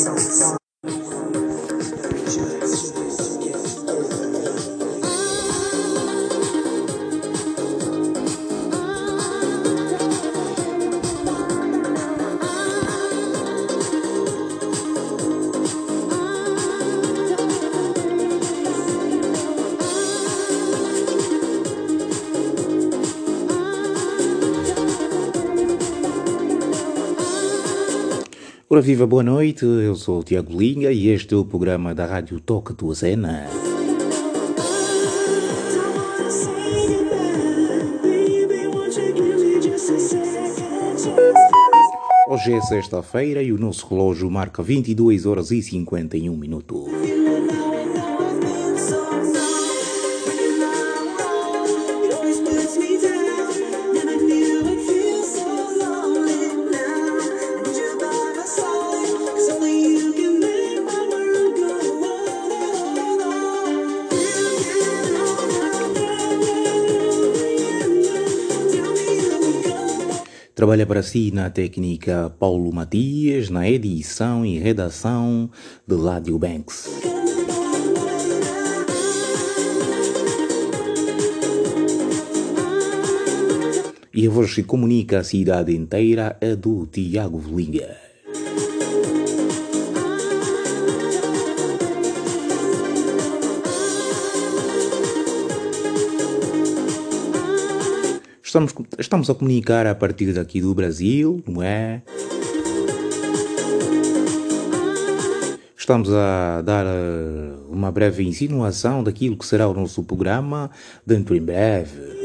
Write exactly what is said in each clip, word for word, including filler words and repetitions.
Ora viva, boa noite, eu sou o Tiago Linga e este é o programa da Rádio Toca Tua Cena. Hoje é sexta-feira e o nosso relógio marca vinte e duas horas e cinquenta e um minutos. Trabalha para si na técnica Paulo Matias, na edição e redação de Ládio Banks. E a voz que comunica a cidade inteira é do Tiago Linga. Estamos, estamos a comunicar a partir daqui do Brasil, não é? Estamos a dar uh, uma breve insinuação daquilo que será o nosso programa dentro em breve.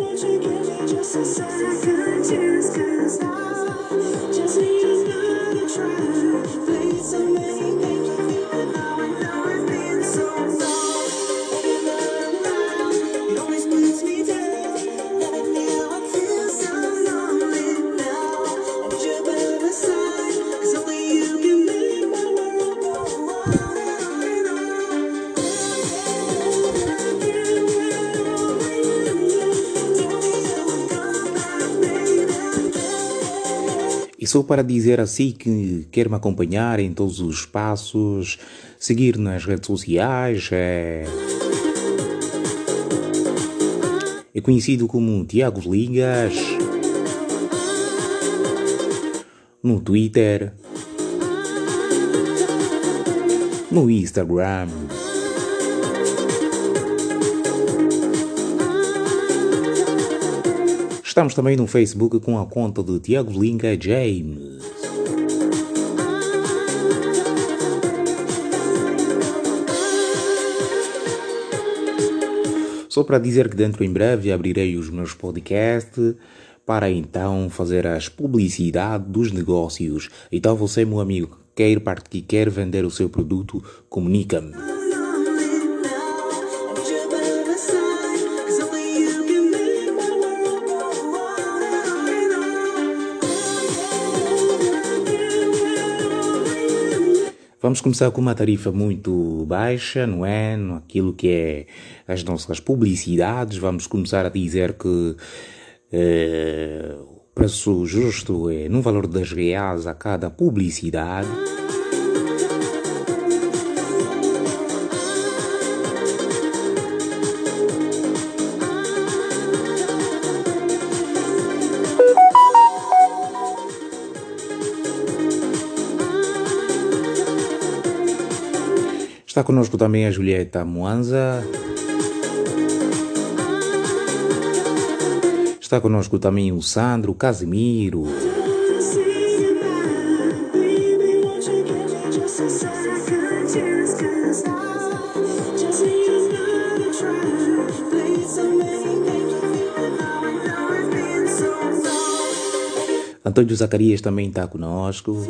E só para dizer assim que quer me acompanhar em todos os espaços, seguir nas redes sociais, é, é conhecido como Tiago Lingas, no Twitter, no Instagram, estamos também no Facebook com a conta de Tiago Linga James. Só para dizer que dentro em breve abrirei os meus podcasts para então fazer as publicidades dos negócios. Então você, meu amigo, quer partir, quer vender o seu produto, comunica-me. Vamos começar com uma tarifa muito baixa, não é? Aquilo que é as nossas publicidades. Vamos começar a dizer que eh, o preço justo é no valor de dez reais a cada publicidade. Está conosco também a Julieta Moanza. Está conosco também o Sandro Casimiro. Antônio Zacarias também está conosco.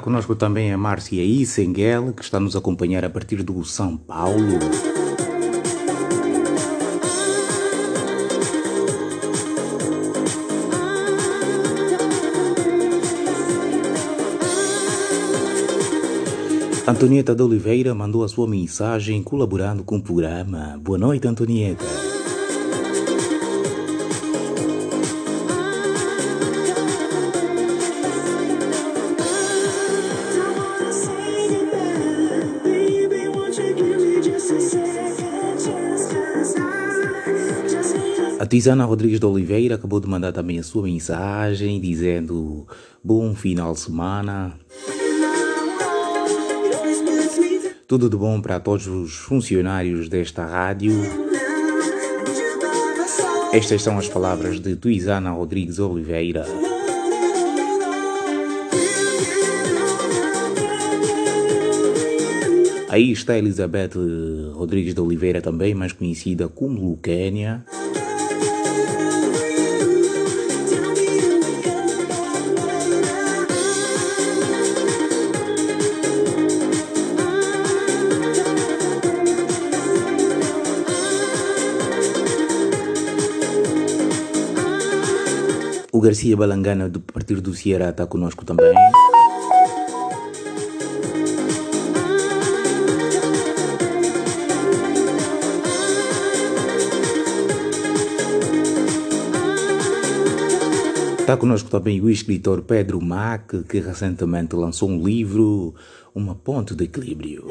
conosco também a Márcia Issenguel, que está nos acompanhar a partir do São Paulo. Antonieta de Oliveira mandou a sua mensagem colaborando com o programa. Boa noite, Antonieta. A Tisana Rodrigues de Oliveira acabou de mandar também a sua mensagem dizendo bom final de semana. Tudo de bom para todos os funcionários desta rádio. Estas são as palavras de Tuizana Rodrigues Oliveira. Aí está Elizabeth Rodrigues de Oliveira também, mais conhecida como Luquénia. O Garcia Balangana, do Partido do Ceará, está conosco também. Está conosco também o escritor Pedro Mac, que recentemente lançou um livro, Uma Ponte de Equilíbrio.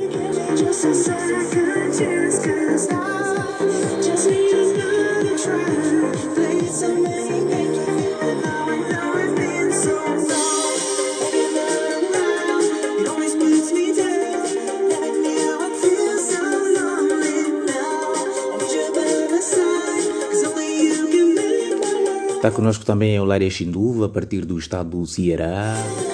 Está conosco também a Eulária Chinduva, a partir do estado do Ceará.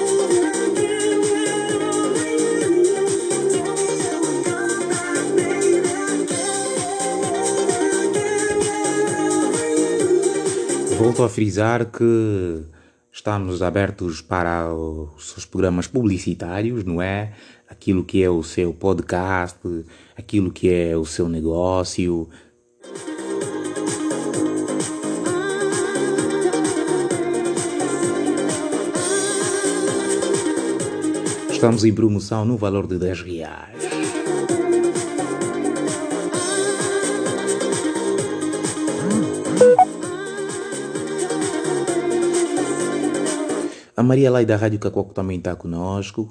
Volto a frisar que estamos abertos para os seus programas publicitários, não é? Aquilo que é o seu podcast, aquilo que é o seu negócio. Estamos em promoção no valor de dez reais. A Maria Lai da Rádio Cacoco também está conosco.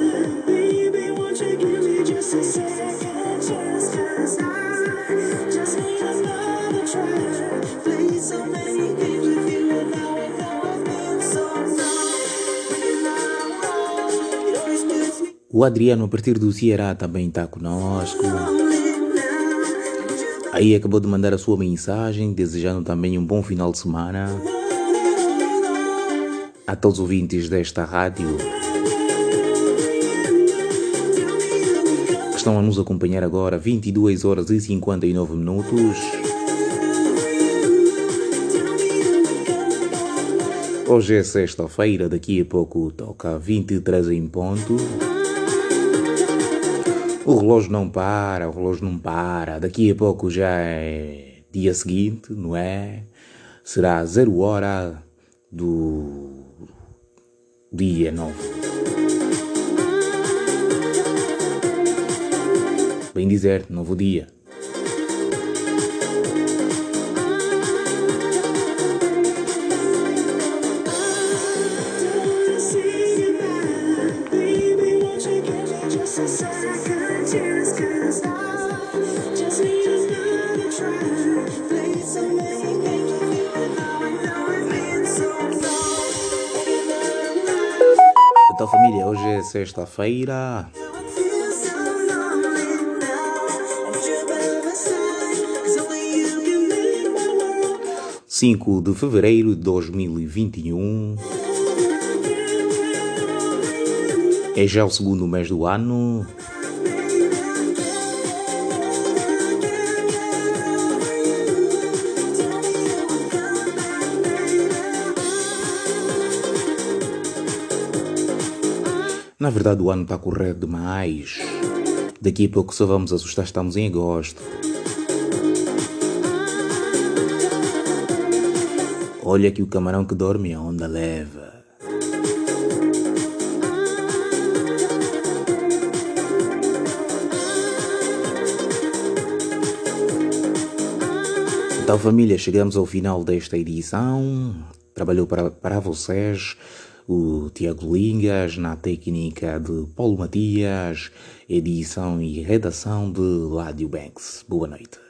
O Adriano, a partir do Ceará, também está conosco. Aí acabou de mandar a sua mensagem, desejando também um bom final de semana a todos os ouvintes desta rádio que estão a nos acompanhar agora, vinte e duas horas e cinquenta e nove minutos. Hoje é sexta-feira, daqui a pouco toca vinte e três em ponto. O relógio não para, o relógio não para. Daqui a pouco já é dia seguinte, não é? Será zero hora do dia nove. Bem dizer, novo dia. Então, família, hoje é sexta-feira. cinco de fevereiro de dois mil e vinte e um. É já o segundo mês do ano. Na verdade, o ano está a correr demais. Daqui a pouco só vamos assustar, estamos em agosto. Olha que o camarão que dorme a onda leva. Então, família, chegamos ao final desta edição. Trabalhou para, para vocês o Tiago Lingas, na técnica de Paulo Matias, edição e redação de Ládio Banks. Boa noite.